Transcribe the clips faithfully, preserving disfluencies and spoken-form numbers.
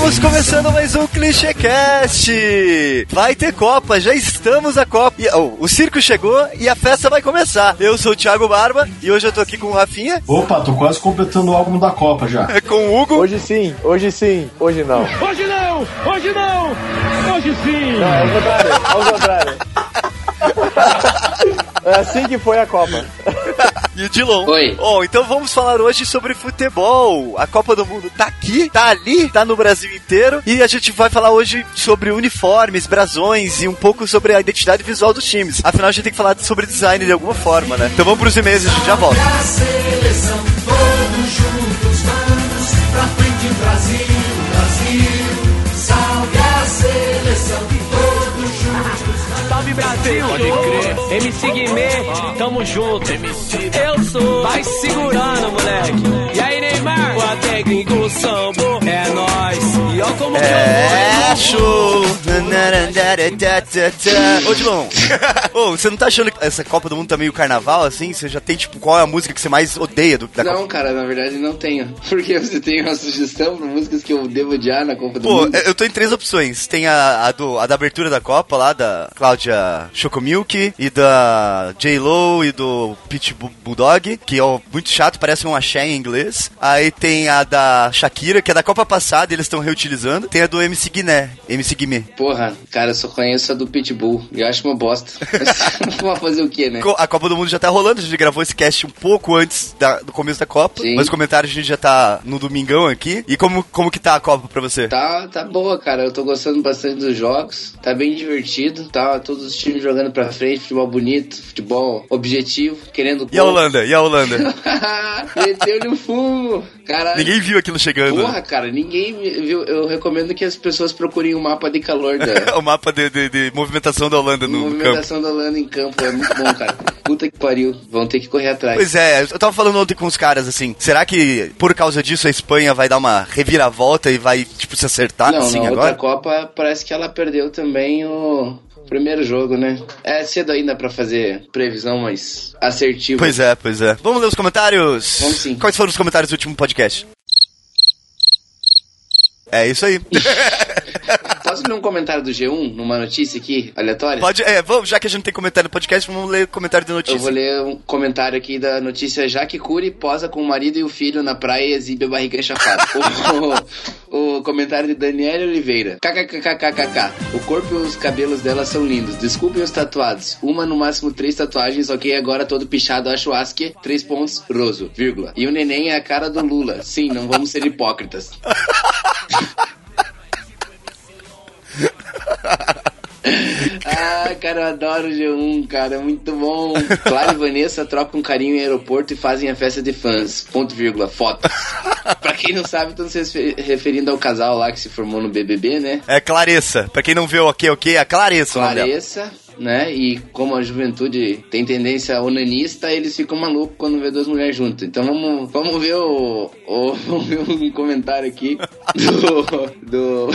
Estamos começando mais um ClichêCast. Vai ter Copa, já estamos na Copa. E, oh, o circo chegou e a festa vai começar. Eu sou o Thiago Barba e hoje eu tô aqui com o Rafinha. Opa, tô quase completando o álbum da Copa já. É com o Hugo. Hoje sim, hoje sim, hoje não. Hoje não, hoje não, hoje sim. Não, é o contrário, é o contrário. É assim que foi a Copa. E o Dilon. Oi. Oh, então vamos falar hoje sobre futebol. A Copa do Mundo tá aqui, tá ali, tá no Brasil inteiro. E a gente vai falar hoje sobre uniformes, brasões e um pouco sobre a identidade visual dos times. Afinal, a gente tem que falar sobre design de alguma forma, né? Então vamos pros e-mails e a gente já volta. A seleção, todos juntos vamos pra frente, Brasil, Brasil. Salve a seleção, todos juntos. Salve Brasil, pode crer. M C Guimê, tamo junto. Eu sou, vai segurando, moleque. E aí, Neymar? O técnico Sambo é nóis. E ó como É, show. Ô, Dilon, ô, você não tá achando que essa Copa do Mundo tá meio carnaval, assim? Você já tem, tipo, qual é a música que você mais odeia do, da Não, Copa? cara, na verdade não tenho. Porque você tem uma sugestão pra músicas que eu devo odiar na Copa do Pô, Mundo? eu tô em três opções. Tem a, a, do, a da abertura da Copa, lá, da Cláudia Chocomilk, e da J-Lo e do Pitch Bulldog, que é muito chato, parece um axé em inglês. Aí tem a da Shakira, que é da Copa passada, e eles estão reutilizando. Tem a do M C Guiné, M C Guimê. Porra, cara, eu só conheço a do Pitbull. E eu acho uma bosta. Mas vamos fazer o quê, né? A Copa do Mundo já tá rolando, a gente gravou esse cast um pouco antes da, do começo da Copa. Sim. Mas os comentários a gente já tá no domingão aqui. E como, como que tá a Copa pra você? Tá, tá boa, cara. Eu tô gostando bastante dos jogos. Tá bem divertido. Tá todos os times jogando pra frente. Futebol bonito, futebol objetivo, querendo... E a Holanda? E a Holanda? Meteu no fumo. Caralho. Ninguém viu aquilo chegando. Porra, cara, ninguém viu. Eu recomendo que as pessoas procurem o mapa de calor da... O mapa de, de, de movimentação da Holanda no, no campo. Movimentação da Holanda em campo. É muito bom, cara. Puta que pariu. Vão ter que correr atrás. Pois é, eu tava falando ontem com os caras, assim, será que por causa disso a Espanha vai dar uma reviravolta e vai, tipo, se acertar Não, assim na agora? outra Copa parece que ela perdeu também o primeiro jogo, né? É cedo ainda pra fazer previsão, mas assertiva. Pois é, pois é. Vamos ler os comentários? Vamos sim. Quais foram os comentários do último podcast? É isso aí. Posso ler um comentário do G um numa notícia aqui, aleatória? Pode, é, vamos, já que a gente não tem comentário no podcast, vamos ler o comentário de notícia. Eu vou ler um comentário aqui da notícia. Jaque Cury posa com o marido e o filho na praia e exibe a barriga chapada. o, o, o comentário de Daniela Oliveira. KKKKKK. O corpo e os cabelos dela são lindos. Desculpem os tatuados. Uma, no máximo, três tatuagens. Ok, agora todo pichado, acho asque. Três pontos, roso, vírgula. E o neném é a cara do Lula. Sim, não vamos ser hipócritas. Ah, cara, eu adoro o G um, cara, muito bom. Clara e Vanessa trocam carinho em aeroporto e fazem a festa de fãs. Ponto, vírgula, fotos. Pra quem não sabe, estão se referindo ao casal lá que se formou no B B B, né? É Clarissa. Pra quem não vê o ok, ok, é a Clarissa. Clarissa, né? E como a juventude tem tendência onanista, eles ficam malucos quando vê duas mulheres juntas. Então vamos, vamos ver o, o vamos ver um comentário aqui do do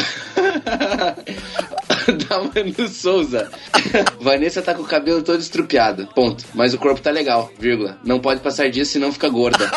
da Manu Souza. Vanessa tá com o cabelo todo estrupiado, ponto. Mas o corpo tá legal, vírgula. Não pode passar disso, senão fica gorda.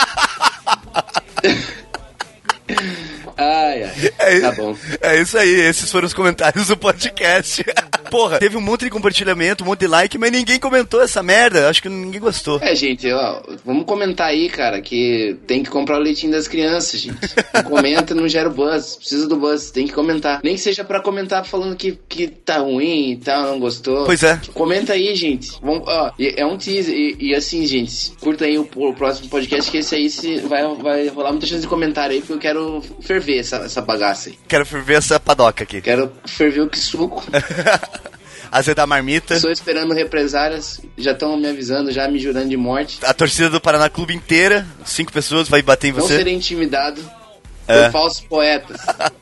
Ai, ai. É, tá bom. É isso aí, esses foram os comentários do podcast. Porra, teve um monte de compartilhamento, um monte de like, mas ninguém comentou essa merda. Acho que ninguém gostou. É, gente, ó, vamos comentar aí, cara, que tem que comprar o leitinho das crianças, gente. Não comenta, não gera o buzz. Precisa do buzz, tem que comentar. Nem que seja pra comentar falando que, que tá ruim e tal, não gostou. Pois é. Comenta aí, gente. Vamos, ó, é um teaser. E, e assim, gente, curta aí o, o próximo podcast, que esse aí se vai, vai rolar muita chance de comentário aí, porque eu quero ferver essa, essa bagaça aí. Quero ferver essa padoca aqui. Quero ferver o que suco. Azedar a marmita. Estou esperando represárias, já estão me avisando, já me jurando de morte. A torcida do Paraná Clube inteira, cinco pessoas, vai bater em você. Não serei intimidado é. por falsos poetas.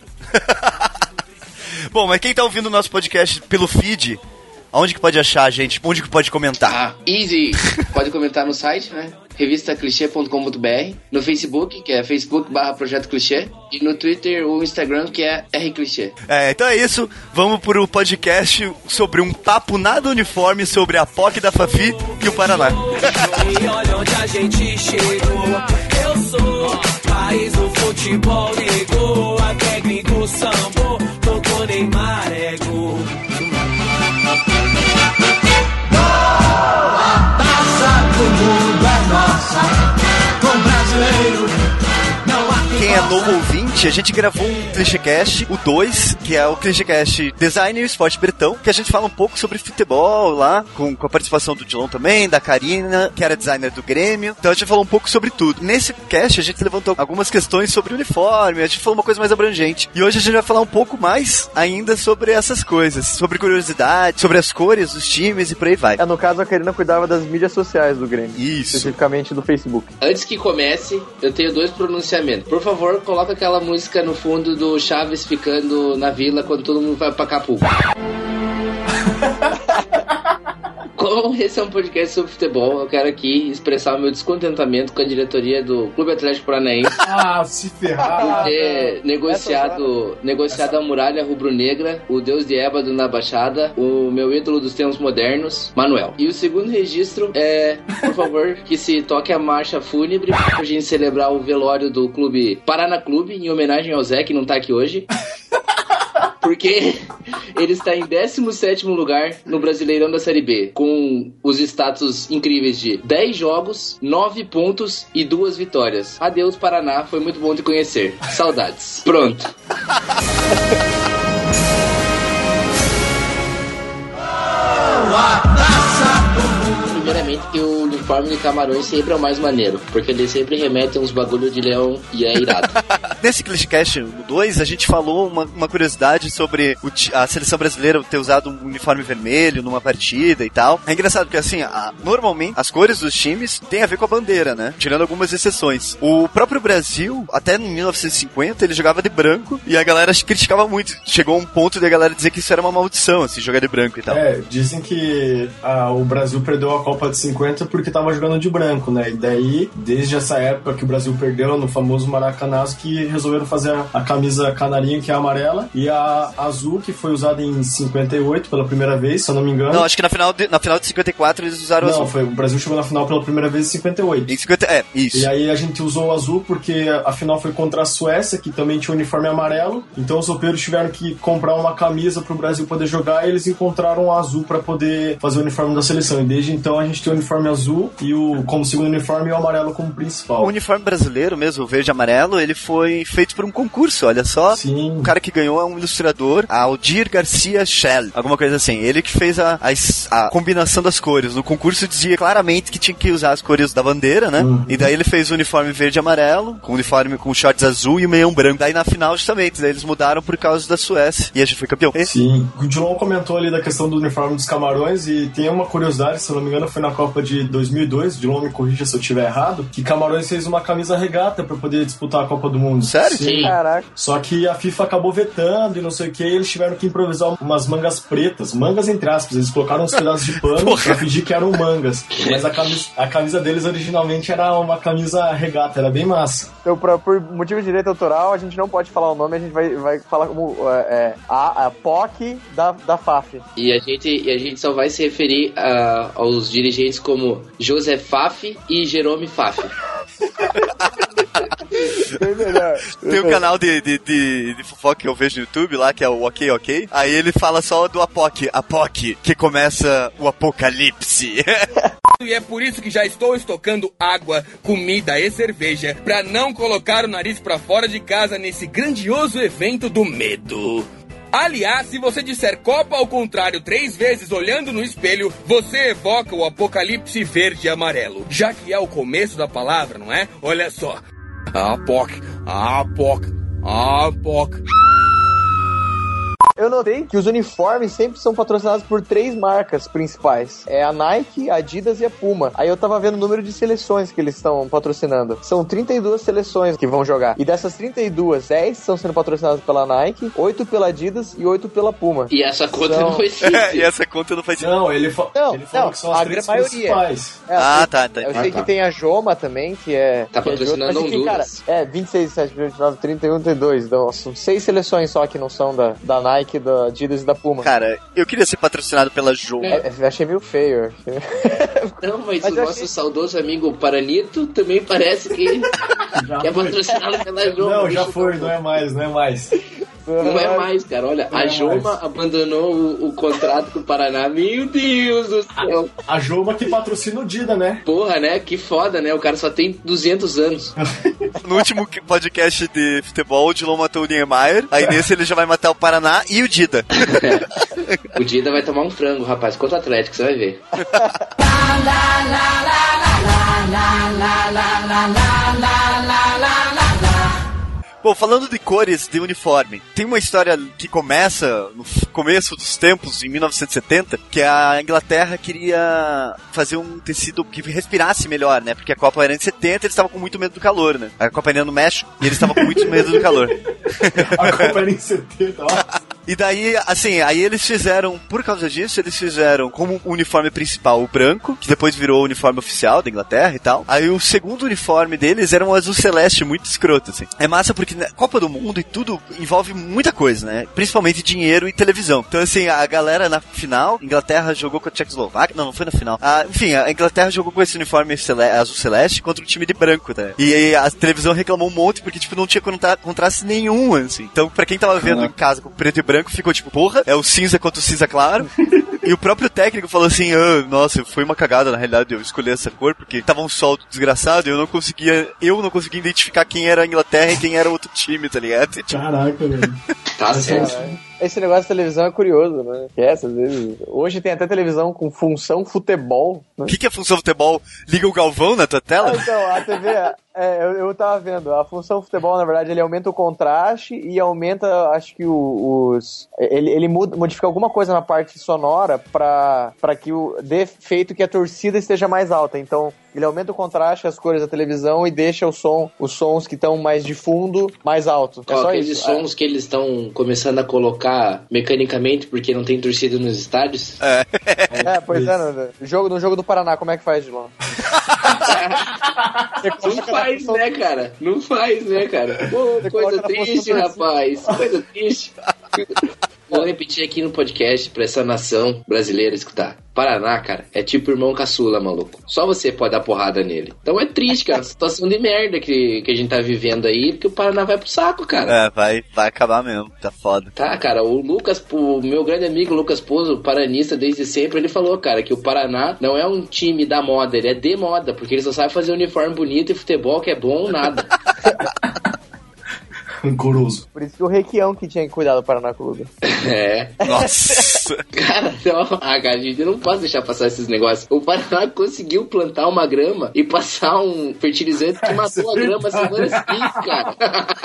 Bom, mas quem tá ouvindo o nosso podcast pelo feed, aonde que pode achar a gente? Onde que pode comentar? Ah, easy! Pode comentar no site, né? revista clichê ponto com ponto b r, no Facebook, que é facebook barra projeto clichê, e no Twitter ou Instagram, que é rclichê. É, então é isso, vamos pro podcast sobre um papo nada uniforme sobre a P O C da Fafi e o Paraná. E olha onde a gente chegou. Eu sou país do futebol, ligou a técnico samba. novo ouvinte, a gente gravou um ClichêCast, o dois, que é o ClichêCast Design e Esporte Bretão, que a gente fala um pouco sobre futebol lá, com, com a participação do Dilon também, da Karina, que era designer do Grêmio. Então a gente falou um pouco sobre tudo. Nesse cast a gente levantou algumas questões sobre o uniforme, a gente falou uma coisa mais abrangente. E hoje a gente vai falar um pouco mais ainda sobre essas coisas, sobre curiosidade, sobre as cores dos times e por aí vai. É, no caso a Karina cuidava das mídias sociais do Grêmio. Isso. Especificamente do Facebook. Antes que comece, eu tenho dois pronunciamentos. Por favor, coloca aquela música no fundo do Chaves ficando na vila quando todo mundo vai pra Acapulco. Como esse é um podcast sobre futebol, eu quero aqui expressar o meu descontentamento com a diretoria do Clube Atlético Paranaense. Ah, se ferrar. Por ter negociado, negociado a muralha rubro-negra, o deus de ébano na Baixada, o meu ídolo dos tempos modernos, Manuel. E o segundo registro é, por favor, que se toque a marcha fúnebre pra gente celebrar o velório do Clube Paraná Clube, em homenagem ao Zé, que não tá aqui hoje. Porque ele está em décimo sétimo lugar no Brasileirão da Série B, com os status incríveis de dez jogos, nove pontos e duas vitórias. Adeus, Paraná, foi muito bom te conhecer. Saudades. Pronto. Primeiramente que o uniforme de Camarões sempre é o mais maneiro, porque ele sempre remete a uns bagulho de leão e é irado. Nesse ClichêCast dois, a gente falou uma, uma curiosidade sobre o, a seleção brasileira ter usado um uniforme vermelho numa partida e tal. É engraçado porque, assim, a, normalmente as cores dos times têm a ver com a bandeira, né? Tirando algumas exceções. O próprio Brasil, até em mil novecentos e cinquenta, ele jogava de branco e a galera criticava muito. Chegou a um ponto de a galera dizer que isso era uma maldição, assim, jogar de branco e tal. É, dizem que ah, o Brasil perdeu a Copa de cinquenta porque tava jogando de branco, né? E daí, desde essa época que o Brasil perdeu no famoso Maracanazo, que resolveram fazer a camisa canarinho, que é a amarela, e a azul, que foi usada em cinquenta e oito pela primeira vez, se eu não me engano. Não, acho que na final de, na final de cinquenta e quatro eles usaram não, o azul. Não, foi, o Brasil chegou na final pela primeira vez em cinquenta e oito. Em cinquenta, é, isso. E aí a gente usou o azul porque a final foi contra a Suécia, que também tinha o uniforme amarelo, então os roupeiros tiveram que comprar uma camisa pro Brasil poder jogar, e eles encontraram o azul pra poder fazer o uniforme da seleção. E desde então a gente tem o uniforme azul e o como segundo uniforme e o amarelo como principal. O uniforme brasileiro mesmo, o verde e amarelo, ele foi feito por um concurso, olha só. Sim. O cara que ganhou é um ilustrador, Aldir Garcia Schell, alguma coisa assim. Ele que fez a, a, a combinação das cores. No concurso dizia claramente que tinha que usar as cores da bandeira, né? Uhum. E daí ele fez o uniforme verde e amarelo, com o uniforme com shorts azul e o meião branco. Daí na final, justamente, daí eles mudaram por causa da Suécia. E a gente foi campeão. Sim. O Dilon comentou ali da questão do uniforme dos Camarões, e tem uma curiosidade, se eu não me engano, foi na Copa de dois mil e dois, Dilon me corrija se eu estiver errado, que Camarões fez uma camisa regata pra poder disputar a Copa do Mundo. Sério? Sim. Caraca. Só que a FIFA acabou vetando e não sei o que, e eles tiveram que improvisar umas mangas pretas, mangas entre aspas, eles colocaram uns pedaços de pano Porra. pra fingir que eram mangas, mas a camisa, a camisa deles originalmente era uma camisa regata, era bem massa. Então, pra, por motivo de direito autoral, a gente não pode falar o nome, a gente vai, vai falar como é, a, a P O C da, da F A F. E a gente, e a gente só vai se referir uh, aos dirigentes como José Faf e Jerome Faf. Bem melhor. Tem um canal de, de, de, de fofoca que eu vejo no YouTube lá, que é o Ok Ok. Aí ele fala só do Apoc, Apoc, que começa o apocalipse. E é por isso que já estou estocando água, comida e cerveja pra não colocar o nariz pra fora de casa nesse grandioso evento do medo. Aliás, se você disser Copa ao contrário três vezes olhando no espelho, você evoca o apocalipse verde e amarelo. Já que é o começo da palavra, não é? Olha só. Apoc, apoc, apoc. Eu notei que os uniformes sempre são patrocinados por três marcas principais. É a Nike, a Adidas e a Puma. Aí eu tava vendo o número de seleções que eles estão patrocinando. São trinta e duas seleções que vão jogar. E dessas trinta e duas, dez estão sendo patrocinadas pela Nike, oito pela Adidas e oito pela Puma. E essa conta são... não foi simples. E essa conta não faz sentido. Não, ele, fa não, ele falou não, que são as a três maioria. principais. É, ah, sei, tá, tá. Eu Ah, sei tá. que tem a Joma também, que é... Tá que patrocinando é de outro, mas, enfim, cara, é, vinte e seis, dezessete, vinte e nove, trinta e um, trinta e dois. Então, são seis seleções só que não são da, da Nike, da Adidas e da Puma. Cara, eu queria ser patrocinado pela Joma. É, eu achei meio feio. Não, mas, Mas o eu nosso achei... saudoso amigo Paranito também parece que, que é patrocinado pela Joma. Não, já foi, não é mais, não é mais. Não é mais, cara. Olha, não a é Joma mais. abandonou o, o contrato com o Paraná. Meu Deus do céu. A, a Joma que patrocina o Dida, né? Porra, né? Que foda, né? O cara só tem duzentos anos. No último podcast de futebol, o Dilon matou o Niemeyer. Aí nesse ele já vai matar o Paraná e o Dida. É. O Dida vai tomar um frango, rapaz. Contra o Atlético, você vai ver. Bom, falando de cores de uniforme, tem uma história que começa no começo dos tempos, em mil novecentos e setenta, que a Inglaterra queria fazer um tecido que respirasse melhor, né? Porque a Copa era em setenta e eles estavam com muito medo do calor, né? A Copa era no México e eles estavam com muito medo do calor. A Copa era em setenta, ó. E daí, assim, aí eles fizeram, por causa disso, eles fizeram como uniforme principal o branco, que depois virou o uniforme oficial da Inglaterra e tal. Aí o segundo uniforme deles era um azul celeste muito escroto, assim. É massa porque na Copa do Mundo e tudo envolve muita coisa, né? Principalmente dinheiro e televisão. Então, assim, a galera na final, Inglaterra jogou com a Tchecoslováquia, não, não foi na final. Ah, enfim, a Inglaterra jogou com esse uniforme cele- azul celeste contra um time de branco, né? E aí a televisão reclamou um monte porque, tipo, não tinha contra- contraste nenhum, assim. Então, pra quem tava vendo em casa com preto e branco, branco ficou tipo, porra, é o cinza contra o cinza claro. E o próprio técnico falou assim, ah, nossa, foi uma cagada na realidade eu escolher essa cor, porque tava um sol desgraçado e eu não conseguia, eu não conseguia identificar quem era a Inglaterra e quem era outro time, tá ligado? Caraca, velho. Tá certo. Esse negócio de televisão é curioso, né? Que é, às vezes, hoje tem até televisão com função futebol. O né? que, que é função futebol? Liga o Galvão na tua tela? Ah, então, a T V, é, eu, eu tava vendo, a função futebol, na verdade, ele aumenta o contraste e aumenta, acho que o, os... Ele, ele muda, modifica alguma coisa na parte sonora pra, pra que o dê feito que a torcida esteja mais alta. Então, ele aumenta o contraste, as cores da televisão e deixa o som, os sons que estão mais de fundo mais alto. É só aqueles isso. sons é. que eles estão começando a colocar mecanicamente porque não tem torcida nos estádios? É, é pois é, no jogo, no jogo do Paraná, como é que faz, Dilon? Não faz, né, cara? Não faz, né, cara? Pô, coisa triste, rapaz. Coisa triste. Vou repetir aqui no podcast pra essa nação brasileira escutar. Paraná, cara, é tipo irmão caçula, maluco. Só você pode dar porrada nele. Então é triste, cara. Situação de merda que, que a gente tá vivendo aí, porque o Paraná vai pro saco, cara. É, vai, vai acabar mesmo. Tá foda. Tá, cara, o Lucas, o meu grande amigo Lucas Pozo, paranista desde sempre, ele falou, cara, que o Paraná não é um time da moda, ele é de moda, porque ele só sabe fazer uniforme bonito e futebol que é bom, nada. Rancoroso. Por isso que o Requião que tinha que cuidar do Paraná Clube. É. Nossa. Cara, não, ah, cara, a gente não pode deixar passar esses negócios. O Paraná conseguiu plantar uma grama e passar um fertilizante que matou a grama semana seguinte, cara.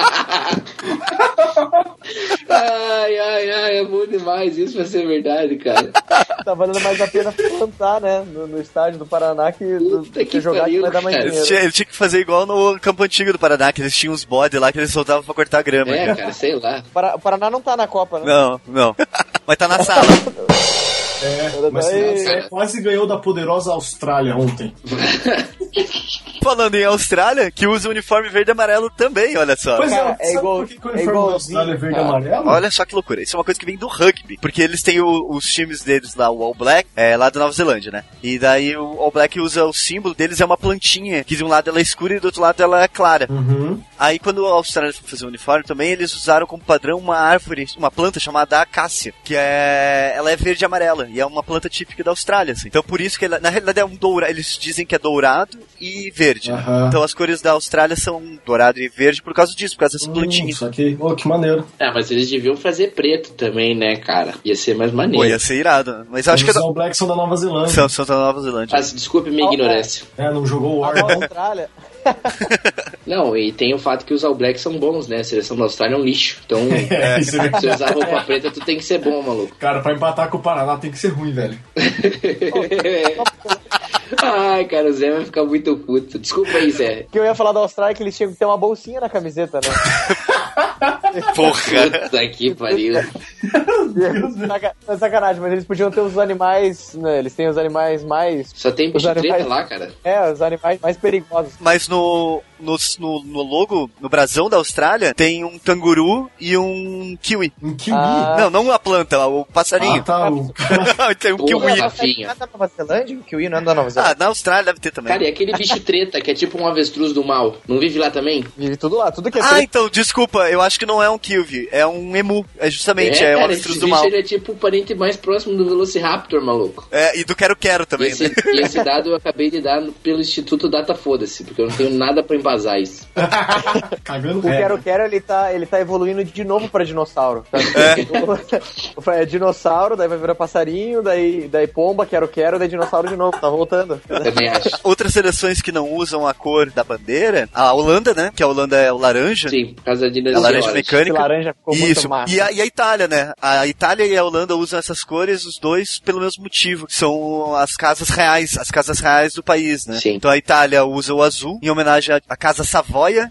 Ai, ai, ai, é bom demais isso pra ser verdade, cara. Tá valendo mais a pena plantar, né? No, no estádio do Paraná que, do, que, que jogar pariu, que vai dar mais dinheiro. Ele tinha, ele tinha que fazer igual no campo antigo do Paraná, que eles tinham os bodes lá que eles soltavam pra cortar a grama. É, cara, sei lá. O Paraná não tá na Copa, né? Não, não. Mas tá na sala. É, mas você quase ganhou da poderosa Austrália ontem. Falando em Austrália, que usa o uniforme verde e amarelo também, olha só. Pois Cara, é, é igual, por que, que o é uniforme da Austrália é verde e amarelo? Olha só que loucura. Isso é uma coisa que vem do rugby. Porque eles têm o, os times deles lá, o All Black, é, lá da Nova Zelândia, né? E daí o All Black usa o símbolo deles, é uma plantinha, que de um lado ela é escura e do outro lado ela é clara. Uhum. Aí quando a Austrália foi fazer o uniforme também, eles usaram como padrão uma árvore, uma planta chamada acácia, que é, ela é verde e amarela, e é uma planta típica da Austrália, assim. Então por isso que ela, na realidade é um dourado, eles dizem que é dourado e verde. Uhum. Então as cores da Austrália são dourado e verde por causa disso, por causa dessa hum, plantinha. Isso aqui, oh, que maneiro. Ah, mas eles deviam fazer preto também, né, cara? Ia ser mais maneiro. Pô, ia ser irado. Mas acho Os que... All Blacks são da Nova Zelândia. São, são da Nova Zelândia. Ah, desculpe minha ignorância. É, não jogou o War, A não. Austrália. Não, e tem o fato que os All Blacks são bons, né? A seleção da Austrália é um lixo. Então, É, isso é se usar roupa preta, tu tem que ser bom, maluco. Cara, pra empatar com o Paraná tem que ser ruim, velho. Ai, cara, o Zé vai ficar muito puto. Desculpa aí, Zé. O que eu ia falar da Austrália é que eles tinham que ter uma bolsinha na camiseta, né? Porra. Puta que pariu. Saca- é sacanagem, mas eles podiam ter os animais, né? Eles têm os animais mais... Só tem Os bicho treta animais- lá, cara. É, os animais mais perigosos. Mas no, no, no, no logo, no brasão da Austrália, tem um canguru e um kiwi. Um kiwi. Ah. Não, não a planta, o passarinho. Ah, tá. O... Tem um Porra, kiwi. Rafinha. Não é da Nova Zelândia? O Kiwi não é da Nova Zelândia? Ah, na Austrália deve ter também. Cara, e aquele bicho treta, que é tipo um avestruz do mal, não vive lá também? Vive tudo lá, tudo que é Ah, preto. então, desculpa, eu acho que não é um Kyuubi, é um emu. É justamente, é, é o cara, avestruz esse do mal. bicho, ele é tipo o parente mais próximo do Velociraptor, maluco. É, e do Quero Quero também, e esse, né? E esse dado eu acabei de dar pelo Instituto Data Foda-se, porque eu não tenho nada pra embasar isso. Cagando O Quero Quero, ele tá, ele tá evoluindo de novo pra dinossauro. Tá? É. É dinossauro, daí vai virar passarinho, daí, daí pomba, Quero Quero, daí dinossauro de novo, tá voltando. Também acho. Outras seleções que não usam a cor da bandeira, a Holanda, né? Que a Holanda é o laranja. Sim, por causa da a laranja mecânica. Esse laranja ficou Isso. muito massa. E a, e a Itália, né? A Itália e a Holanda usam essas cores, os dois, pelo mesmo motivo. São as casas reais, as casas reais do país, né? Sim. Então a Itália usa o azul, em homenagem à, à Casa Savoia,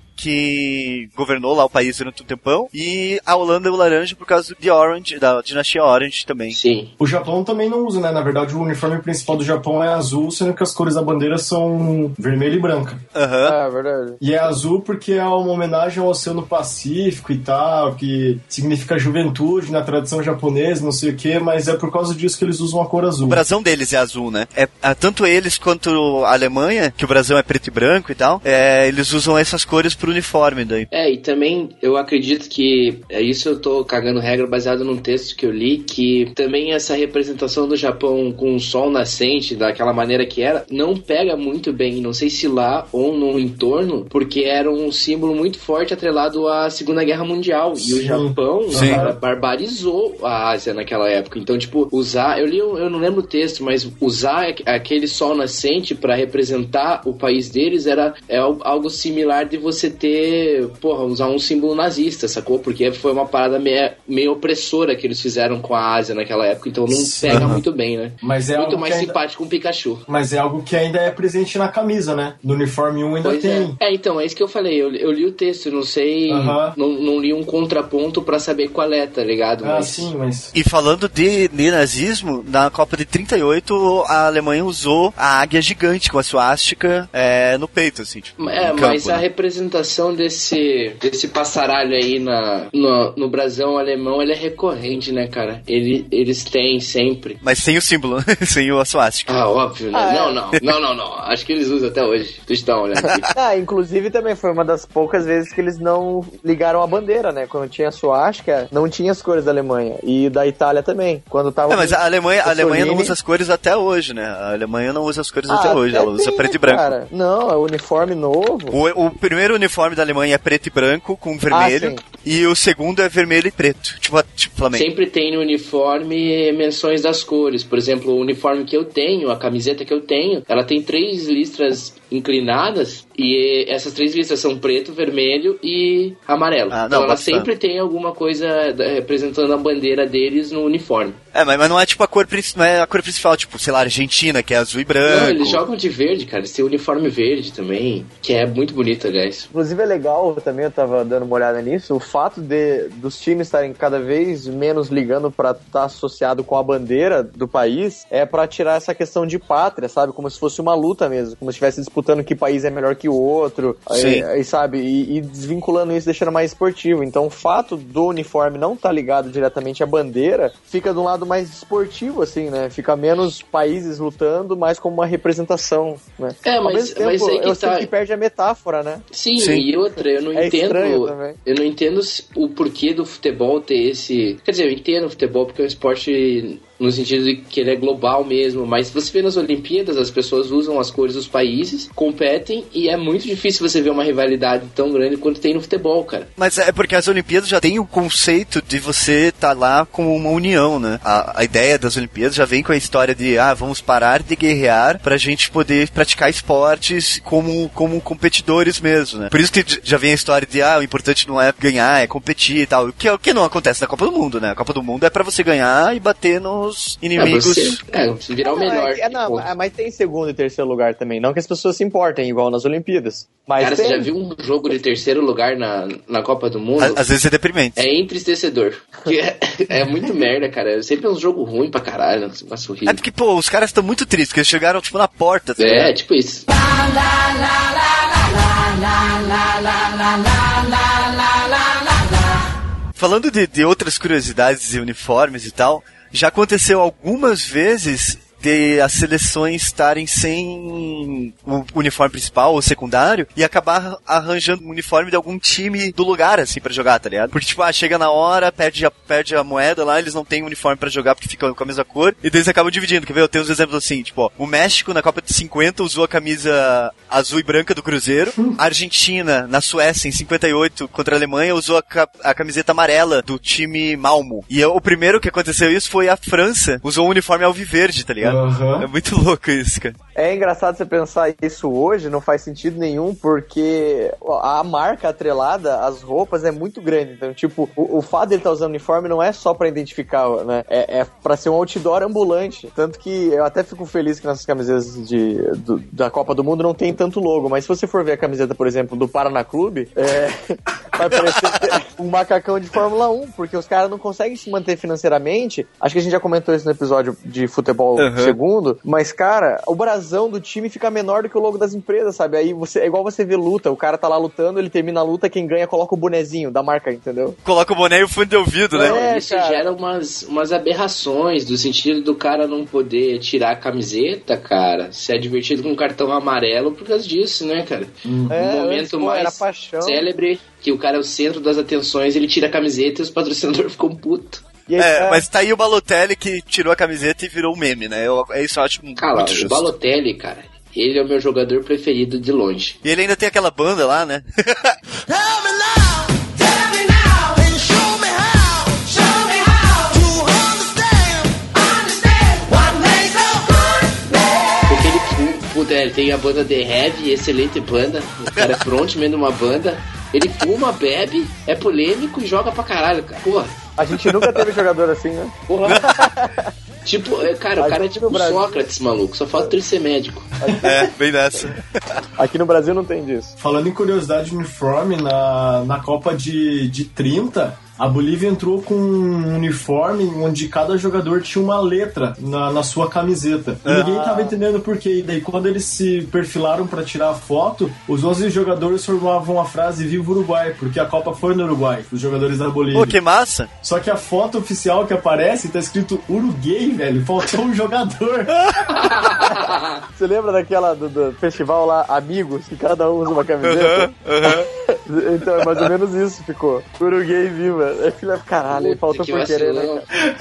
que governou lá o país durante um tempão, e a Holanda é o laranja por causa do The Orange, da dinastia Orange também. Sim. O Japão também não usa, né? Na verdade, o uniforme principal do Japão é azul, sendo que as cores da bandeira são vermelha e branca. Aham. Uhum. É, verdade. E é azul porque é uma homenagem ao Oceano Pacífico e tal, que significa juventude na tradição japonesa, não sei o que, mas é por causa disso que eles usam a cor azul. O brasão deles é azul, né? É, é, tanto eles quanto a Alemanha, que o brasão é preto e branco e tal, é, eles usam essas cores pro uniforme daí. É, e também eu acredito que, é isso eu tô cagando regra baseado num texto que eu li, que também essa representação do Japão com o sol nascente, daquela maneira que era, não pega muito bem, não sei se lá ou no entorno, porque era um símbolo muito forte atrelado à Segunda Guerra Mundial. E o Japão, Sim. cara, barbarizou a Ásia naquela época. Então, tipo, usar, eu li, eu não lembro o texto, mas usar aquele sol nascente pra representar o país deles era é algo similar de você ter, porra, usar um símbolo nazista, sacou? Porque foi uma parada meio, meio opressora que eles fizeram com a Ásia naquela época, então não pega uhum. muito bem, né? Mas é muito mais ainda... simpático com o Pikachu. Mas é algo que ainda é presente na camisa, né? No uniforme um ainda Pois tem. É. é, então, é isso que eu falei. Eu, eu li o texto, não sei, uhum. não, não li um contraponto pra saber qual é, tá ligado? Ah, mas... sim, mas... E falando de, de nazismo, na Copa de trinta e oito, a Alemanha usou a águia gigante com a suástica é, no peito, assim, tipo, É, no mas campo, a né? representação desse, desse passaralho aí na, no, no brasão alemão, ele é recorrente, né, cara? Ele, eles têm sempre. Mas sem o símbolo, sem o a suástica. Ah, óbvio, né? Ah, é. Não, não, não, não, não. Acho que eles usam até hoje. Deixa eu dar uma olhada aqui. Ah, inclusive também foi uma das poucas vezes que eles não ligaram a bandeira, né? Quando tinha a suástica, não tinha as cores da Alemanha. E da Itália também. Quando tava É, mas a Alemanha, a Alemanha não Mussolini- usa as cores até hoje, né? A Alemanha não usa as cores Ah, até hoje, ela usa tem, preto né, e branco. Cara? Não, é uniforme novo. O, o primeiro uniforme da Alemanha é preto e branco com vermelho, sim. e o segundo é vermelho e preto, tipo, tipo Flamengo. Sempre tem no uniforme menções das cores. Por exemplo, o uniforme que eu tenho, a camiseta que eu tenho, ela tem três listras inclinadas e essas três listras são preto, vermelho e amarelo. Ah, não, então ela bota fé. sempre tem alguma coisa da- representando a bandeira deles no uniforme. É, mas, mas não é tipo a cor, princi- não é a cor principal, tipo, sei lá, Argentina, que é azul e branco. Não, eles jogam de verde, cara. Eles têm uniforme verde também, que é muito bonito, aliás. Inclusive é legal, também eu tava dando uma olhada nisso, o fato de dos times estarem cada vez menos ligando pra estar associado com a bandeira do país é pra tirar essa questão de pátria, sabe? Como se fosse uma luta mesmo, como se estivesse disputando que país é melhor que o outro, Sim. e, e, sabe? E, e desvinculando isso, deixando mais esportivo. Então o fato do uniforme não estar ligado diretamente à bandeira fica de um lado mais esportivo, assim, né? Fica menos países lutando, mais como uma representação, né? É, Ao mas, mesmo tempo, mas aí que eu tá... sinto que perde a metáfora, né? Sim, Sim. e outra, eu não É estranho entendo. também. Eu não entendo se- o porquê do futebol ter esse. Quer dizer, eu entendo o futebol porque é um esporte no sentido de que ele é global mesmo, mas você vê nas Olimpíadas, as pessoas usam as cores dos países, competem, e é muito difícil você ver uma rivalidade tão grande quanto tem no futebol, cara. Mas é porque as Olimpíadas já tem o conceito de você estar tá lá como uma união, né? A, a ideia das Olimpíadas já vem com a história de, ah, vamos parar de guerrear pra gente poder praticar esportes como, como competidores mesmo, né? Por isso que j- já vem a história de, ah, o importante não é ganhar, é competir e tal. O que, o que não acontece na Copa do Mundo, né? A Copa do Mundo é pra você ganhar e bater nos inimigos. É, você, é, você virar o Não, melhor. é- é, não, Pô. é, mas tem segundo e terceiro lugar também. Não que as pessoas se importem, igual nas Olimpíadas. Mas Cara, tem. você já viu um jogo de terceiro lugar na, na Copa do Mundo? À- Às vezes é deprimente. É entristecedor. Porque é, é muito merda, cara. É sempre um jogo ruim pra caralho. Nossa, É horrível. porque, pô, os caras estão muito tristes, porque eles chegaram, tipo, na porta, tá É, ligado? tipo isso. Falando de, de outras curiosidades e uniformes e tal, já aconteceu algumas vezes de as seleções estarem sem o uniforme principal ou secundário e acabar arranjando um uniforme de algum time do lugar, assim, pra jogar, tá ligado? Porque, tipo, ah, chega na hora, perde a, perde a moeda lá, eles não têm uniforme pra jogar porque ficam com a mesma cor, e daí eles acabam dividindo. Quer ver? Eu tenho uns exemplos assim, tipo, ó, o México na Copa de cinquenta usou a camisa azul e branca do Cruzeiro, a Argentina na Suécia em cinquenta e oito contra a Alemanha usou a, ca- a camiseta amarela do time Malmo. E eu, o primeiro que aconteceu isso foi a França, usou o uniforme alviverde, tá ligado? Uhum. É muito louco isso, cara. É engraçado você pensar isso hoje, não faz sentido nenhum, porque a marca atrelada às roupas é muito grande. Então, tipo, o, o fato dele estar usando uniforme não é só pra identificar, né? É, é pra ser um outdoor ambulante. Tanto que eu até fico feliz que nessas camisetas de, do, da Copa do Mundo não tem tanto logo, mas se você for ver a camiseta, por exemplo, do Paraná Clube, é, vai parecer um macacão de Fórmula um, porque os caras não conseguem se manter financeiramente. Acho que a gente já comentou isso no episódio de futebol uhum. segundo, mas, cara, o brasão do time fica menor do que o logo das empresas, sabe? Aí você, é igual você ver luta, o cara tá lá lutando, ele termina a luta, quem ganha coloca o bonezinho da marca, entendeu? Coloca o boné e o fundo de ouvido, né? Não, isso cara. gera umas, umas aberrações, do sentido do cara não poder tirar a camiseta, cara, ser divertido com um cartão amarelo por causa disso, né, cara? Hum. Um é, momento pô, mais célebre, que o cara é o centro das atenções, ele tira a camiseta e os patrocinadores ficam putos. Aí, é, é, mas tá aí o Balotelli que tirou a camiseta e virou um meme, né? Eu, é isso, eu acho muito Cara, justo. O Balotelli, cara, ele é o meu jogador preferido de longe. E ele ainda tem aquela banda lá, né? Porque ele, puta, ele tem a banda The Heavy, excelente banda, o cara é frontman de uma banda. Ele fuma, bebe, é polêmico e joga pra caralho, cara. Porra. A gente nunca teve jogador assim, né? Porra. Tipo, cara, o cara é tipo Sócrates, maluco. Só falta ele ser médico. É, bem nessa. Aqui no Brasil não tem disso. Falando em curiosidade de uniforme, na, na Copa de, de trinta, a Bolívia entrou com um uniforme onde cada jogador tinha uma letra na, na sua camiseta. E ah. ninguém tava entendendo por quê. E daí, quando eles se perfilaram pra tirar a foto, os onze jogadores formavam a frase Viva Uruguai, porque a Copa foi no Uruguai, os jogadores da Bolívia. Pô, que massa! Só que a foto oficial que aparece tá escrito Uruguai, velho. Faltou um jogador. Você lembra daquela do, do festival lá, Amigos, que cada um usa uma camiseta? Uhum, uhum. Então é mais ou menos isso, ficou. Uruguai viva. É filha, caralho, ele faltou por querer, né,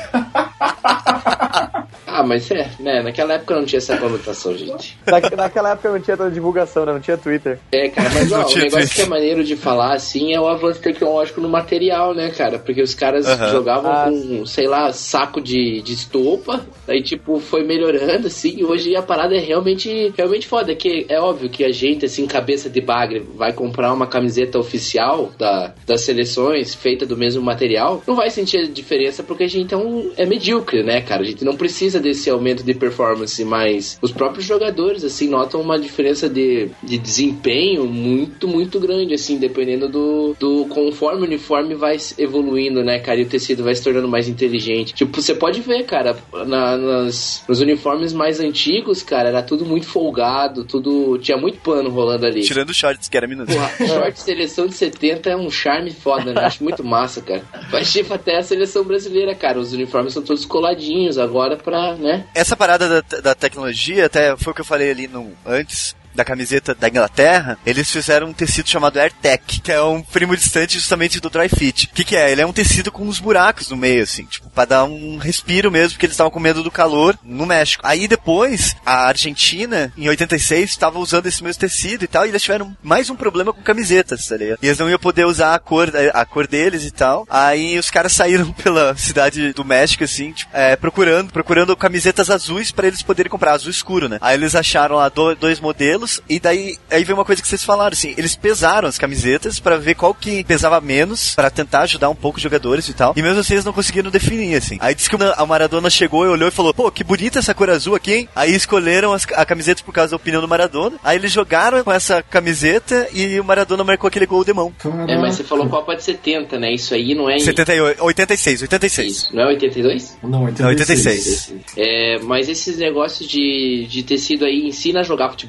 cara? Ah, mas é, né? Naquela época não tinha essa conotação, gente. Na, naquela época não tinha tanta divulgação, né? Não tinha Twitter. É, cara, mas ó, o negócio Twitter. Que é maneiro de falar, assim, é o avanço tecnológico no material, né, cara? Porque os caras uhum. jogavam ah, com, sei lá, saco de, de estopa, aí, tipo, foi melhorando, assim, e hoje a parada é realmente, realmente foda, que é óbvio que a gente, assim, cabeça de bagre, vai comprar uma camiseta oficial da, das seleções, feita do mesmo material, não vai sentir a diferença porque a gente é, um, é medíocre, né, cara? A gente não precisa desse aumento de performance, mas os próprios jogadores, assim, notam uma diferença de, de desempenho muito, muito grande, assim, dependendo do, do conforme o uniforme vai evoluindo, né, cara, e o tecido vai se tornando mais inteligente. Tipo, você pode ver, cara, na, nas, nos uniformes mais antigos, cara, era tudo muito folgado, tudo, tinha muito pano rolando ali. Tirando os shorts, que era minuto. Porra, short seleção de setenta é um charme foda, né? Acho muito massa, cara. Mas tipo, até a seleção brasileira, cara, os uniformes são todos coladinhos agora pra, né? Essa parada da, da tecnologia, até foi o que eu falei ali no, antes, da camiseta da Inglaterra, eles fizeram um tecido chamado AirTech, que é um primo distante justamente do Dry Fit. O que que é? Ele é um tecido com uns buracos no meio, assim, tipo, pra dar um respiro mesmo, porque eles estavam com medo do calor no México. Aí depois, a Argentina, em oitenta e seis, estava usando esse mesmo tecido e tal, e eles tiveram mais um problema com camisetas, tá ligado? E eles não iam poder usar a cor, a cor deles e tal. Aí os caras saíram pela cidade do México, assim, tipo, é, procurando, procurando camisetas azuis pra eles poderem comprar, azul escuro, né? Aí eles acharam lá do, dois modelos, e daí aí vem uma coisa que vocês falaram, assim, eles pesaram as camisetas pra ver qual que pesava menos, pra tentar ajudar um pouco os jogadores e tal, e mesmo assim eles não conseguiram definir, assim. Aí disse que a Maradona chegou e olhou e falou, pô, que bonita essa cor azul aqui, hein? Aí escolheram as, a camiseta por causa da opinião do Maradona, aí eles jogaram com essa camiseta e o Maradona marcou aquele gol de mão. É, mas você falou Copa de setenta, né? Isso aí não é... Em... setenta e oito, oitenta e seis, oitenta e seis. Isso, não é oitenta e dois? Não, oitenta e seis. oitenta e seis. É, mas esses negócios de, de tecido aí ensina a jogar futebol, porque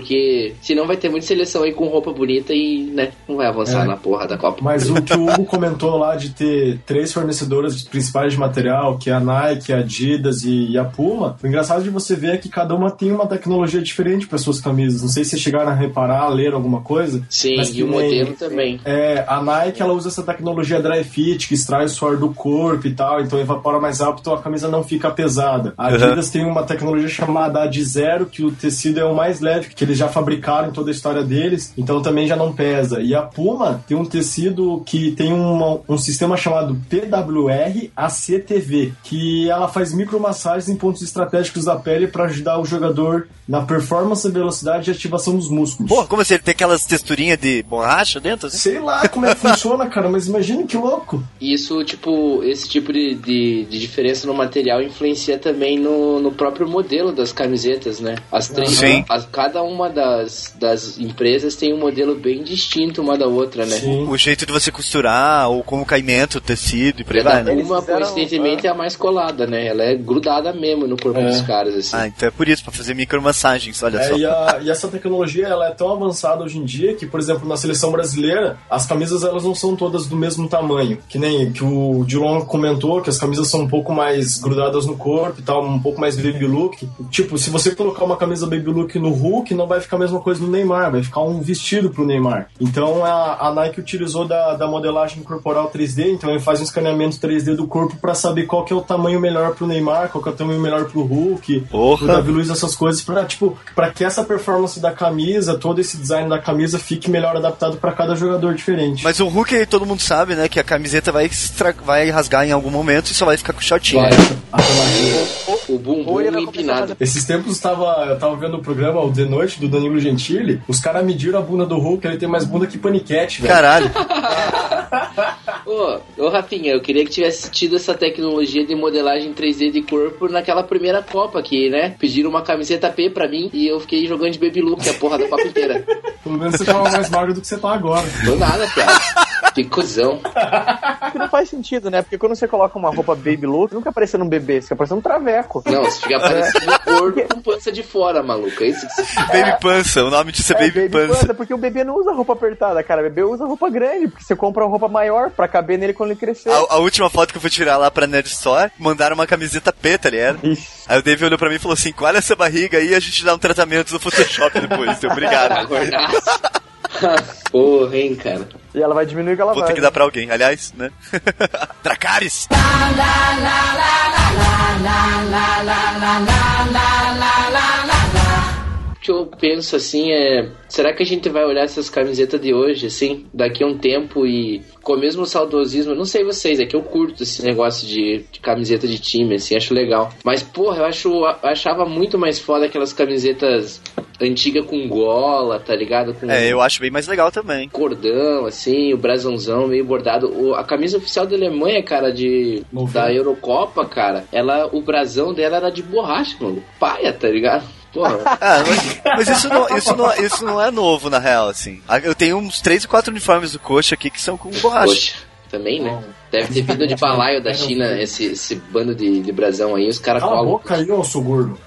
porque senão vai ter muita seleção aí com roupa bonita e, né, não vai avançar É. na porra da Copa. Mas o que o Hugo comentou lá de ter três fornecedoras principais de material, que é a Nike, a Adidas e a Puma, o engraçado de você ver é que cada uma tem uma tecnologia diferente para suas camisas. Não sei se vocês chegaram a reparar, ler alguma coisa. Sim, mas e que o nem- modelo também. É, a Nike, ela usa essa tecnologia dry fit, que extrai o suor do corpo e tal, então evapora mais rápido, então a camisa não fica pesada. A Adidas tem uma tecnologia chamada Ad Zero, que o tecido é o mais leve, que eles já fabricaram em toda a história deles, então também já não pesa. E a Puma tem um tecido que tem uma, um sistema chamado P W R A C T V, que ela faz micromassagens em pontos estratégicos da pele para ajudar o jogador na performance, velocidade e ativação dos músculos. Porra, como assim? Ele tem aquelas texturinhas de borracha dentro? Assim? Sei lá como é que funciona, cara, mas imagina que louco. E isso, tipo, esse tipo de, de, de diferença no material influencia também no, no próprio modelo das camisetas, né? As três, Sim. as, cada uma das, das empresas tem um modelo bem distinto uma da outra, né? Sim. O jeito de você costurar, ou como caimento, o tecido e por aí E a vai, da né? Puma, Eles fizeram- coincidentemente, é a mais colada, né? Ela é grudada mesmo no corpo É. dos caras, assim. Ah, então é por isso, pra fazer micromassagens, olha É, só. e, a- e essa tecnologia ela é tão avançada hoje em dia que, por exemplo, na seleção brasileira, as camisas elas não são todas do mesmo tamanho. Que nem que o Dilon comentou, que as camisas são um pouco mais grudadas no corpo e tal, um pouco mais baby look. Tipo, se você colocar uma camisa baby look no Hulk, não vai ficar a mesma coisa no Neymar, vai ficar um vestido pro Neymar. Então a, a Nike utilizou da, da modelagem corporal três D, então ele faz um escaneamento três D do corpo pra saber qual que é o tamanho melhor pro Neymar, qual que é o tamanho melhor pro Hulk, Porra. pro Davi Luiz, essas coisas, pra, tipo, pra que essa performance da camisa, todo esse design da camisa fique melhor adaptado pra cada jogador diferente. Mas o Hulk, todo mundo sabe, né, que a camiseta vai, extra... vai rasgar em algum momento e só vai ficar com shortinho. Vai. A camisa- O bumbum Ou ele vai começar a empinado. fazer- Esses tempos tava, eu tava vendo o programa, o The Noite, do Danilo Gentili, os caras mediram a bunda do Hulk, ele tem mais bunda que paniquete, velho. Caralho. Ô, ô Rafinha, eu queria que tivesse tido essa tecnologia de modelagem três D de corpo naquela primeira Copa que, né, pediram uma camiseta P pra mim e eu fiquei jogando de Baby Look a porra da Copa inteira. Pelo menos você tava mais magro do que você tá agora. Tô nada, cara. Que cuzão. Que não faz sentido, né? Porque quando você coloca uma roupa baby look, nunca parecendo um bebê, você fica parecendo um traveco. Não, você fica parecendo um corpo com pança de fora, maluco. É isso que você... Baby Pança, o nome disso é Baby, Pança. porque o bebê não usa roupa apertada, cara. O bebê usa roupa grande, porque você compra uma roupa maior pra caber nele quando ele crescer. A, a última foto que eu fui tirar lá pra Nerd Store, mandaram uma camiseta P, tá ligado? Ixi. Aí o Dave olhou pra mim e falou assim, olha essa barriga aí, a gente dá um tratamento no Photoshop depois. Eu, obrigado. Gordaço. Porra, hein, cara. E ela vai diminuir que ela Vou vai. ter que dar pra alguém, aliás, né? Dracarys! O que eu penso assim é, será que a gente vai olhar essas camisetas de hoje, assim, daqui a um tempo e com o mesmo saudosismo, não sei vocês, é que eu curto esse negócio de, de camiseta de time, assim, acho legal. Mas, porra, eu, acho, eu achava muito mais foda aquelas camisetas antigas com gola, tá ligado? Com É, eu acho bem mais legal também. cordão, assim, o brasãozão meio bordado. O, a camisa oficial da Alemanha, cara, de, da Eurocopa, cara, ela, o brasão dela era de borracha, mano. Paia, tá ligado? Porra. Ah, mas, mas isso, não, isso, não, isso não é novo, na real, assim. Eu tenho uns três ou quatro uniformes do Coxa aqui que são com borracha. Poxa, também, né? Deve ter vindo de balaio da China esse, esse bando de, de brasão aí, os caras Cala a colam. boca aí, ô, seu gordo.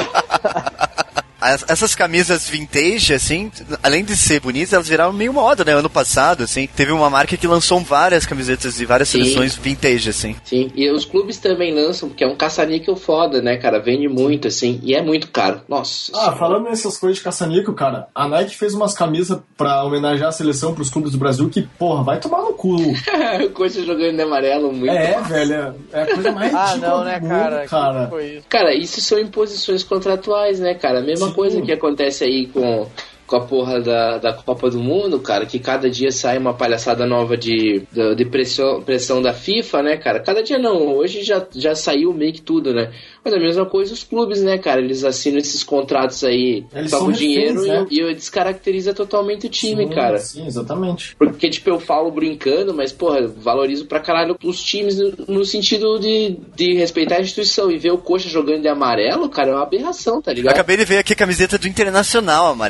As- Essas camisas vintage, assim, além de ser bonitas, elas viraram meio moda, né? Ano passado, assim, teve uma marca que lançou várias camisetas de várias Sim. seleções vintage, assim. Sim, e os clubes também lançam, porque é um caça-níquel foda, né, cara? Vende muito, assim, e é muito caro. Nossa. Ah, falando nessas coisas de caça-níquel, cara, a Nike fez umas camisas pra homenagear a seleção pros clubes do Brasil que, porra, vai tomar no cu. o Coxa jogando de amarelo, muito. É, velho, é a coisa mais Ah, ridícula não, né, do cara? mundo, Que cara. foi isso? Cara, isso são imposições contratuais, né, cara? A mesma Sim. coisa que acontece aí com, com a porra da, da Copa do Mundo, cara, que cada dia sai uma palhaçada nova de, de, de pressão, pressão da FIFA, né, cara? Cada dia não, hoje já, já saiu meio que tudo, né? Mas a mesma coisa os clubes, né, cara? Eles assinam esses contratos aí Eles só são com dinheiro reféns, né? e, e descaracteriza totalmente o time, Sim, cara. Sim, exatamente. Porque, tipo, eu falo brincando, mas, porra, valorizo pra caralho os times no, no sentido de, de respeitar a instituição. E ver o Coxa jogando de amarelo, cara, é uma aberração, tá ligado? Acabei de ver aqui a camiseta do Internacional amarela, cara. É,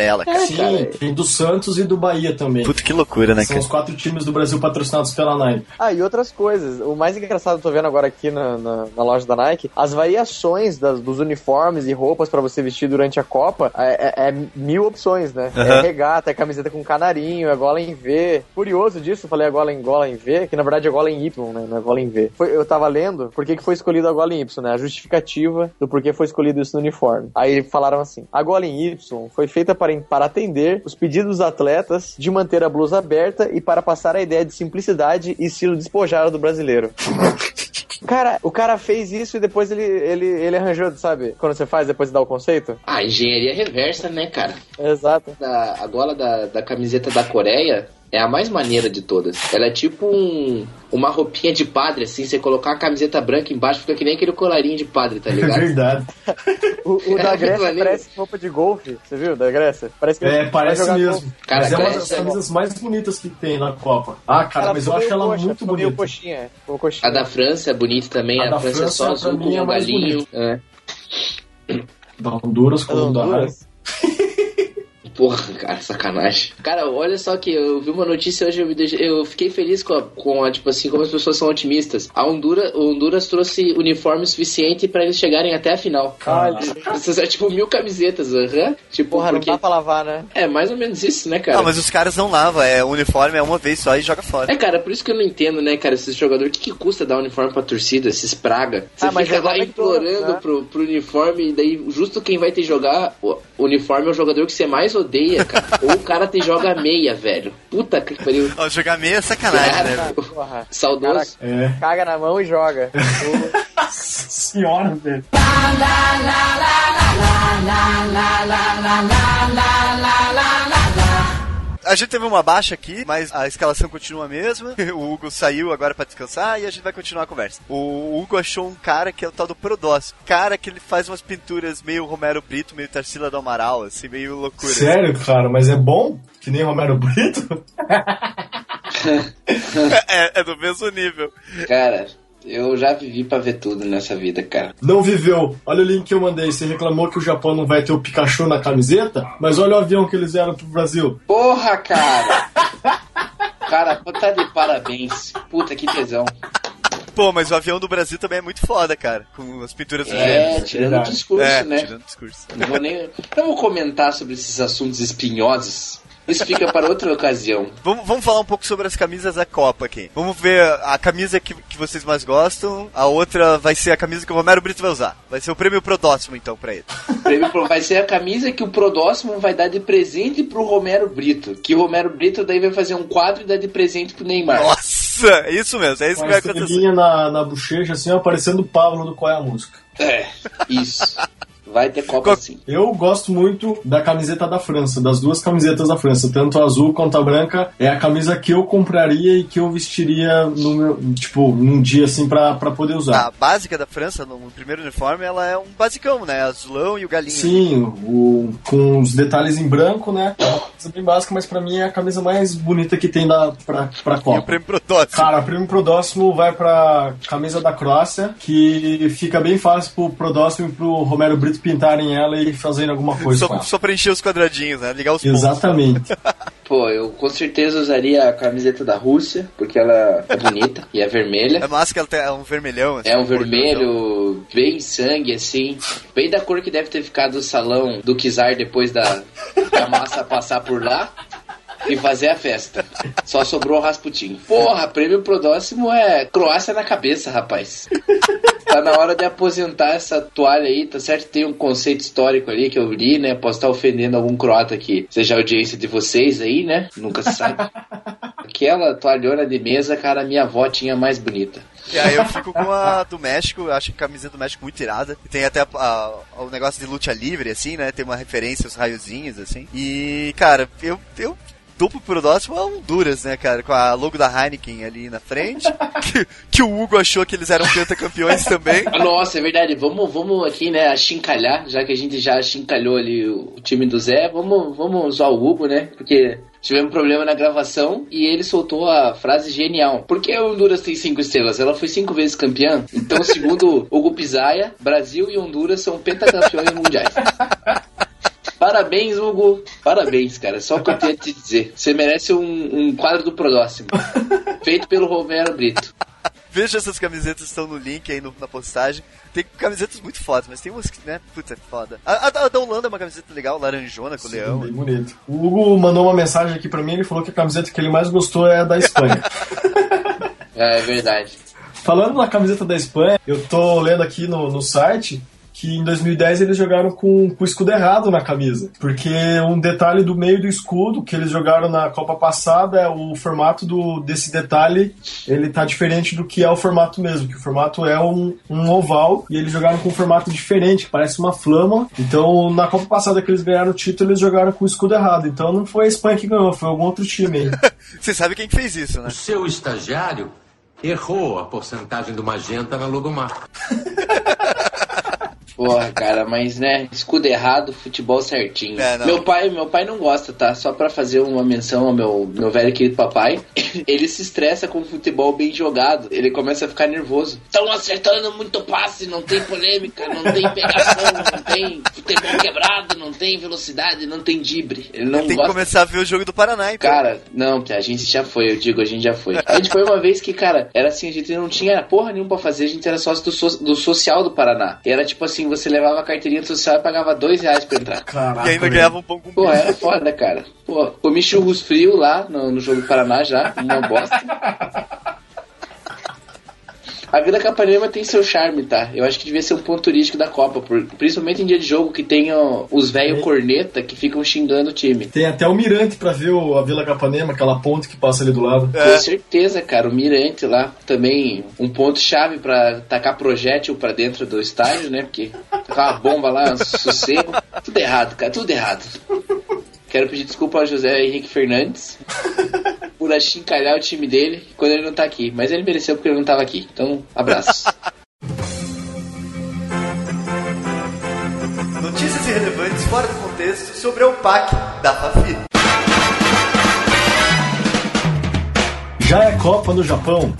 Sim, cara? tem do Santos e do Bahia também. Puta, que loucura, né, São cara? os quatro times do Brasil patrocinados pela Nike. Ah, e outras coisas. O mais engraçado, eu tô vendo agora aqui na, na, na loja da Nike, as variações das, dos uniformes e roupas pra você vestir durante a Copa é, é, é mil opções, né? Uhum. É regata, é camiseta com canarinho, é gola em V. Curioso disso, eu falei a gola em gola em V, que na verdade é gola em Y, né? Não é gola em V. Foi, eu tava lendo por que que foi escolhido a gola em Y, né? A justificativa do porquê foi escolhido isso no uniforme. Aí falaram assim, a gola em Y foi feita para, para atender os pedidos dos atletas de manter a blusa aberta e para passar a ideia de simplicidade e estilo despojado do brasileiro. Cara, o cara fez isso e depois ele, ele, ele arranjou, sabe? Quando você faz, depois de dar o conceito. Ah, engenharia reversa, né, cara? Exato. Da, a gola da, da camiseta da Coreia é a mais maneira de todas. Ela é tipo um, uma roupinha de padre, assim. Você colocar uma camiseta branca embaixo, fica que nem aquele colarinho de padre, tá ligado? É verdade. O, o da Grécia parece roupa de golfe, você viu? Da Grécia? Parece que É, parece mesmo. Cara, mas é uma Grécia das é camisas mais bonitas que tem na Copa. Ah, cara, ela mas eu acho ela coxa, muito ficou meio bonita. coxinha, ficou coxinha. A da França é bonita também. A A, da França, França, é só pra azul mim, é com um mais galinho. É. Da Honduras com o da Honduras? Porra, cara, sacanagem. Cara, olha só que eu vi uma notícia hoje, eu, me deixei, eu fiquei feliz com a, com a, tipo assim, como as pessoas são otimistas. A Honduras, o Honduras trouxe uniforme suficiente pra eles chegarem até a final. Olha. É tipo mil camisetas, aham. Tipo, Porra, porque... não dá pra lavar, né? É mais ou menos isso, né, cara? Ah, mas os caras não lavam, é o uniforme é uma vez só e joga fora. É, cara, por isso que eu não entendo, né, cara, esses jogadores, o que, que custa dar uniforme pra torcida, esses praga? Você Ah, mas fica é lá igual implorando McDonald's, né? pro, pro uniforme, e daí justo quem vai ter jogar o uniforme é o jogador que você mais odeia, cara. Ou o cara te joga meia, velho. Puta que pariu. Ó, jogar meia é sacanagem, Cara, né? Porra. Saudoso. É. Caga na mão e joga. Nossa senhora, velho. A gente teve uma baixa aqui, mas a escalação continua a mesma. O Hugo saiu agora pra descansar e a gente vai continuar a conversa. O Hugo achou um cara que é o tal do Prodócio. Cara que ele faz umas pinturas meio Romero Brito, meio Tarsila do Amaral, assim, meio loucura. Sério, cara, mas é bom? Que nem Romero Brito? é, é do mesmo nível. Cara, eu já vivi pra ver tudo nessa vida, cara. Não viveu. Olha o link que eu mandei. Você reclamou que o Japão não vai ter o Pikachu na camiseta, mas olha o avião que eles vieram pro Brasil. Porra, cara! Cara, tá de parabéns. Puta, que tesão. Pô, mas o avião do Brasil também é muito foda, cara. Com as pinturas do É, gênero. tirando o discurso, É, né? tirando o discurso. Não vou nem... Não vou comentar sobre esses assuntos espinhosos. Isso fica para outra ocasião. Vamos, vamos falar um pouco sobre as camisas da Copa aqui. Vamos ver a camisa que, que vocês mais gostam. A outra vai ser a camisa que o Romero Brito vai usar. Vai ser o prêmio Prodóximo, então, pra ele. O prêmio pro- vai ser a camisa que o Prodóximo vai dar de presente pro Romero Brito. Que o Romero Brito daí vai fazer um quadro e dar de presente pro Neymar. Nossa, é isso mesmo. É isso Com que a vai acontecer. estrelinha na, na bochecha, assim, aparecendo o Pablo do Qual é a Música. É, isso. Vai ter Copa Qual- sim. Eu gosto muito da camiseta da França, das duas camisetas da França, tanto a azul quanto a branca. É a camisa que eu compraria e que eu vestiria no meu, tipo, num dia assim pra, pra poder usar. A básica da França, no primeiro uniforme, ela é um basicão, né? Azulão e o galinho. Sim, o, com os detalhes em branco, né? É uma coisa bem básica, mas pra mim é a camisa mais bonita que tem da, pra, pra E o Copa. prêmio Prodóximo. Cara, o prêmio Prodóximo vai pra camisa da Croácia, que fica bem fácil pro Prodóximo e pro Romero Brito pintarem ela e fazerem alguma coisa com Só, ela. só preencher os quadradinhos, né? Ligar os pontos. Exatamente. Pô, eu com certeza usaria a camiseta da Rússia, porque ela é bonita e é vermelha. É massa que ela tem é um vermelhão. Assim, É um cor do vermelho bem sangue, assim. Bem da cor que deve ter ficado o salão do Kizar depois da, da massa passar por lá e fazer a festa. Só sobrou o Rasputin. Porra, prêmio Prodóximo é Croácia na cabeça, rapaz. Tá na hora de aposentar essa toalha aí, tá certo? Tem um conceito histórico ali que eu li, né? Posso estar ofendendo algum croata que seja a audiência de vocês aí, né? Nunca se sabe. Aquela toalhona de mesa, cara, minha avó tinha mais bonita. E aí eu fico com a do México, eu acho a camiseta do México muito irada. E tem até a- a- o negócio de luta livre, assim, né? Tem uma referência aos raiozinhos, assim. E, cara, eu... eu duplo Prodóximo é Honduras, né, cara? Com a logo da Heineken ali na frente. que, que o Hugo achou que eles eram pentacampeões também. Nossa, é verdade. Vamos, vamos aqui, né, achincalhar, já que a gente já achincalhou ali o time do Zé. Vamos, vamos usar o Hugo, né? Porque tivemos um problema na gravação e ele soltou a frase genial. Por que a Honduras tem cinco estrelas? Ela foi cinco vezes campeã. Então, segundo Hugo Pisaia, Brasil e Honduras são pentacampeões mundiais. Parabéns, Hugo. Parabéns, cara. Só o que eu tenho a te dizer. Você merece um, um quadro do Próximo. Feito pelo Romero Brito. Veja essas camisetas que estão no link aí no, na postagem. Tem camisetas muito fodas, mas tem umas que, né, puta, foda. A, a, a da Holanda é uma camiseta legal, laranjona com o leão. Bem bonito. O Hugo mandou uma mensagem aqui pra mim, ele falou que a camiseta que ele mais gostou é a da Espanha. É, é verdade. Falando na camiseta da Espanha, eu tô lendo aqui no, no site que em dois mil e dez eles jogaram com, com o escudo errado na camisa. Porque um detalhe do meio do escudo que eles jogaram na Copa passada, é o formato do, desse detalhe, ele tá diferente do que é o formato mesmo, que o formato é um, um oval, e eles jogaram com um formato diferente, que parece uma flama. Então, na Copa passada que eles ganharam o título, eles jogaram com o escudo errado. Então não foi a Espanha que ganhou, foi algum outro time aí. Você sabe quem que fez isso, né? O seu estagiário errou a porcentagem do magenta na logomarca. Porra, cara, mas né, escudo errado, futebol certinho. É, meu pai, meu pai não gosta, tá? Só pra fazer uma menção ao meu, meu velho querido papai, ele se estressa com o futebol bem jogado. Ele começa a ficar nervoso. Estão acertando muito passe, não tem polêmica, não tem pegação, não tem futebol quebrado, não tem velocidade, não tem drible. Ele não tem gosta. que começar a ver o jogo do Paraná, então. Cara, não, a gente já foi, eu digo, a gente já foi. A gente foi uma vez que, cara, era assim, a gente não tinha porra nenhuma pra fazer, a gente era sócio do, so, do social do Paraná. E era tipo assim, você levava a carteirinha social e pagava dois reais pra entrar. Caraca, e ainda ganhava um pão com Pô, era foda, cara. Pô, comi churros frios lá no, no jogo do Paraná já, uma bosta. A Vila Capanema tem seu charme, tá? Eu acho que devia ser um ponto turístico da Copa, por, principalmente em dia de jogo que tem ó, os velhos corneta que ficam xingando o time. Tem até o Mirante pra ver o, a Vila Capanema, aquela ponte que passa ali do lado. É. Com certeza, cara, o Mirante lá também, um ponto chave pra tacar projétil pra dentro do estádio, né? Porque tacar uma bomba lá, um sossego. Tudo errado, cara, tudo errado. Quero pedir desculpa ao José Henrique Fernandes por achincalhar o time dele quando ele não tá aqui. Mas ele mereceu porque ele não tava aqui. Então, abraços. Notícias irrelevantes fora do contexto sobre o P A C da Fafi. Já é Copa no Japão?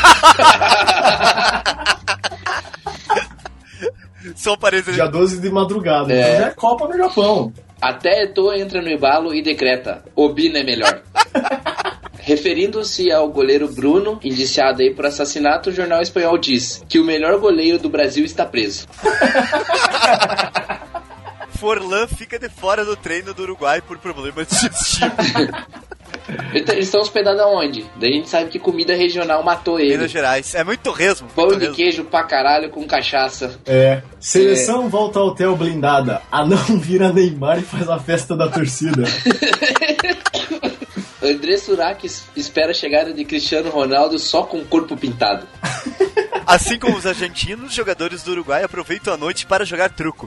Só parece... Dia doze de madrugada. É. Então já é Copa no Japão. Até Eto'o entra no embalo e decreta: Obina é melhor. Referindo-se ao goleiro Bruno, indiciado aí por assassinato, o jornal espanhol diz que o melhor goleiro do Brasil está preso. Forlan fica de fora do treino do Uruguai por problemas digestivos. Eles estão hospedados aonde? Daí a gente sabe que comida regional matou ele. Minas Gerais. É muito torresmo. Pão muito de torresmo. queijo pra caralho com cachaça. É. Seleção é. volta ao hotel blindada. Anão vira Neymar e faz a festa da torcida. André Surak espera a chegada de Cristiano Ronaldo só com o corpo pintado. Assim como os argentinos, os jogadores do Uruguai aproveitam a noite para jogar truco.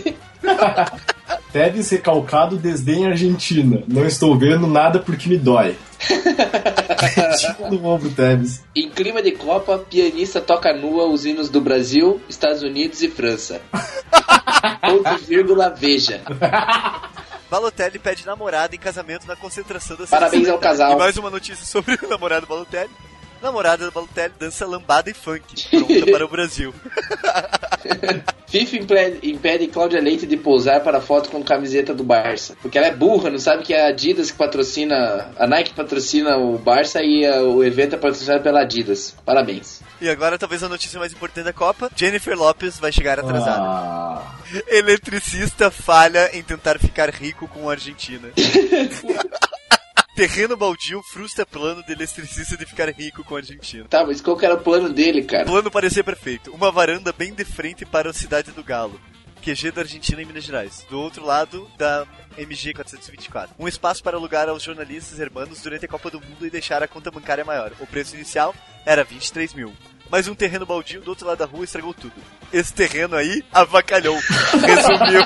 Tevez recalcado desdém Argentina. Não estou vendo nada porque me dói. Tipo do ombro, Tevez. Em clima de Copa, pianista toca nua os hinos do Brasil, Estados Unidos e França. Ponto vírgula, veja. Balotelli pede namorada em casamento na concentração da Parabéns ao casal. E mais uma notícia sobre o namorado Balotelli. Namorada do Balotelli dança lambada e funk, pronta para o Brasil. FIFA impede, impede Cláudia Leite de pousar para foto com camiseta do Barça. Porque ela é burra, não sabe que é a Adidas que patrocina, a Nike patrocina o Barça e a, o evento é patrocinado pela Adidas. Parabéns. E agora talvez a notícia mais importante da Copa: Jennifer Lopez vai chegar atrasada. Ah. Eletricista falha em tentar ficar rico com a Argentina. Terreno baldio frustra plano de eletricista de ficar rico com a Argentina. Tá, mas qual que era o plano dele, cara? O plano parecia perfeito. Uma varanda bem de frente para a Cidade do Galo, Q G da Argentina em Minas Gerais. Do outro lado da M G quatrocentos e vinte e quatro. Um espaço para alugar aos jornalistas hermanos durante a Copa do Mundo e deixar a conta bancária maior. O preço inicial era vinte e três mil. Mas um terreno baldio do outro lado da rua estragou tudo. Esse terreno aí avacalhou. Resumiu.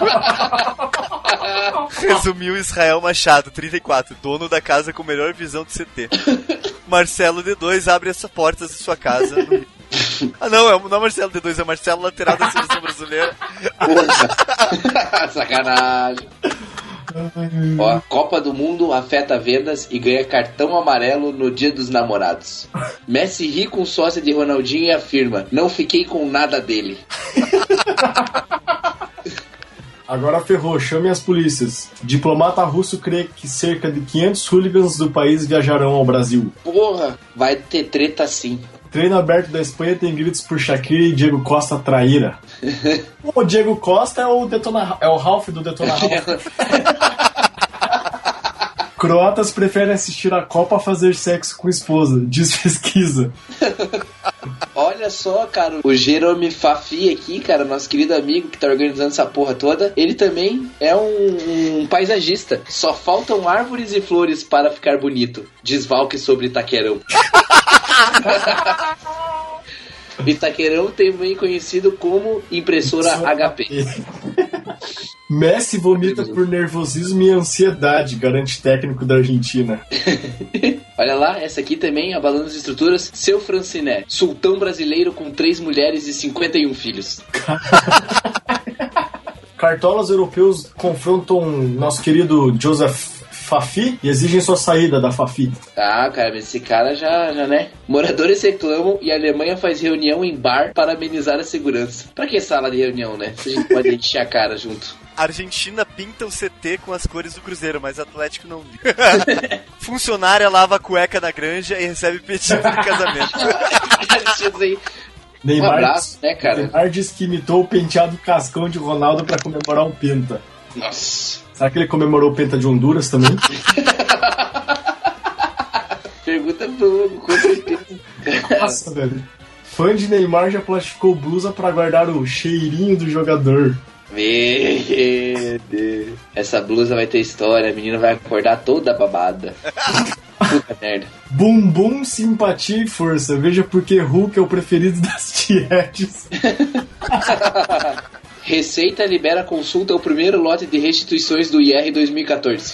Resumiu Israel Machado, trinta e quatro, dono da casa com melhor visão de C T. Marcelo D dois abre as portas de sua casa. Ah, não, é, não é Marcelo D dois, é Marcelo, lateral da seleção brasileira. Sacanagem. Ó, a Copa do Mundo afeta vendas e ganha cartão amarelo no Dia dos Namorados. Messi ri com sócia de Ronaldinho e afirma: não fiquei com nada dele. Agora ferrou, chame as polícias. Diplomata russo crê que cerca de quinhentos hooligans do país viajarão ao Brasil. Porra, vai ter treta sim. Treino aberto da Espanha tem gritos por Shakira e Diego Costa traíra. O Diego Costa é o, Detona, é o Ralph do Detona Ralph. Croatas preferem assistir a Copa a fazer sexo com esposa, diz pesquisa. Olha só, cara, o Jerome Fafi aqui, cara, nosso querido amigo que tá organizando essa porra toda, ele também é um, um paisagista. Só faltam árvores e flores para ficar bonito. Desvalque sobre Itaquerão. Itaquerão também conhecido como impressora H P. Messi vomita por nervosismo e ansiedade, garante técnico da Argentina. Olha lá, essa aqui também, abalando as estruturas. Seu Franciné, sultão brasileiro com três mulheres e cinquenta e um filhos. Cartolas europeus confrontam nosso querido Joseph Fafi e exigem sua saída da Fafi. Ah, cara, mas esse cara já, já, né? Moradores reclamam e a Alemanha faz reunião em bar para amenizar a segurança. Pra que sala de reunião, né? Se a gente pode encher a cara junto. A Argentina pinta o C T com as cores do Cruzeiro, mas o Atlético não liga. Funcionária lava a cueca na granja e recebe pedido de casamento. Neymar, um abraço, né, cara? Neymar diz que imitou o penteado cascão de Ronaldo pra comemorar o Penta. Nossa. Será que ele comemorou o Penta de Honduras também? Pergunta boa, com certeza. Nossa, velho. Fã de Neymar já plastificou blusa pra guardar o cheirinho do jogador. Meu Deus. Essa blusa vai ter história, a menina vai acordar toda babada. Puta merda. Bumbum, simpatia e força. Veja porque Hulk é o preferido das tietes. Receita libera consulta ao primeiro lote de restituições do I R dois mil e catorze.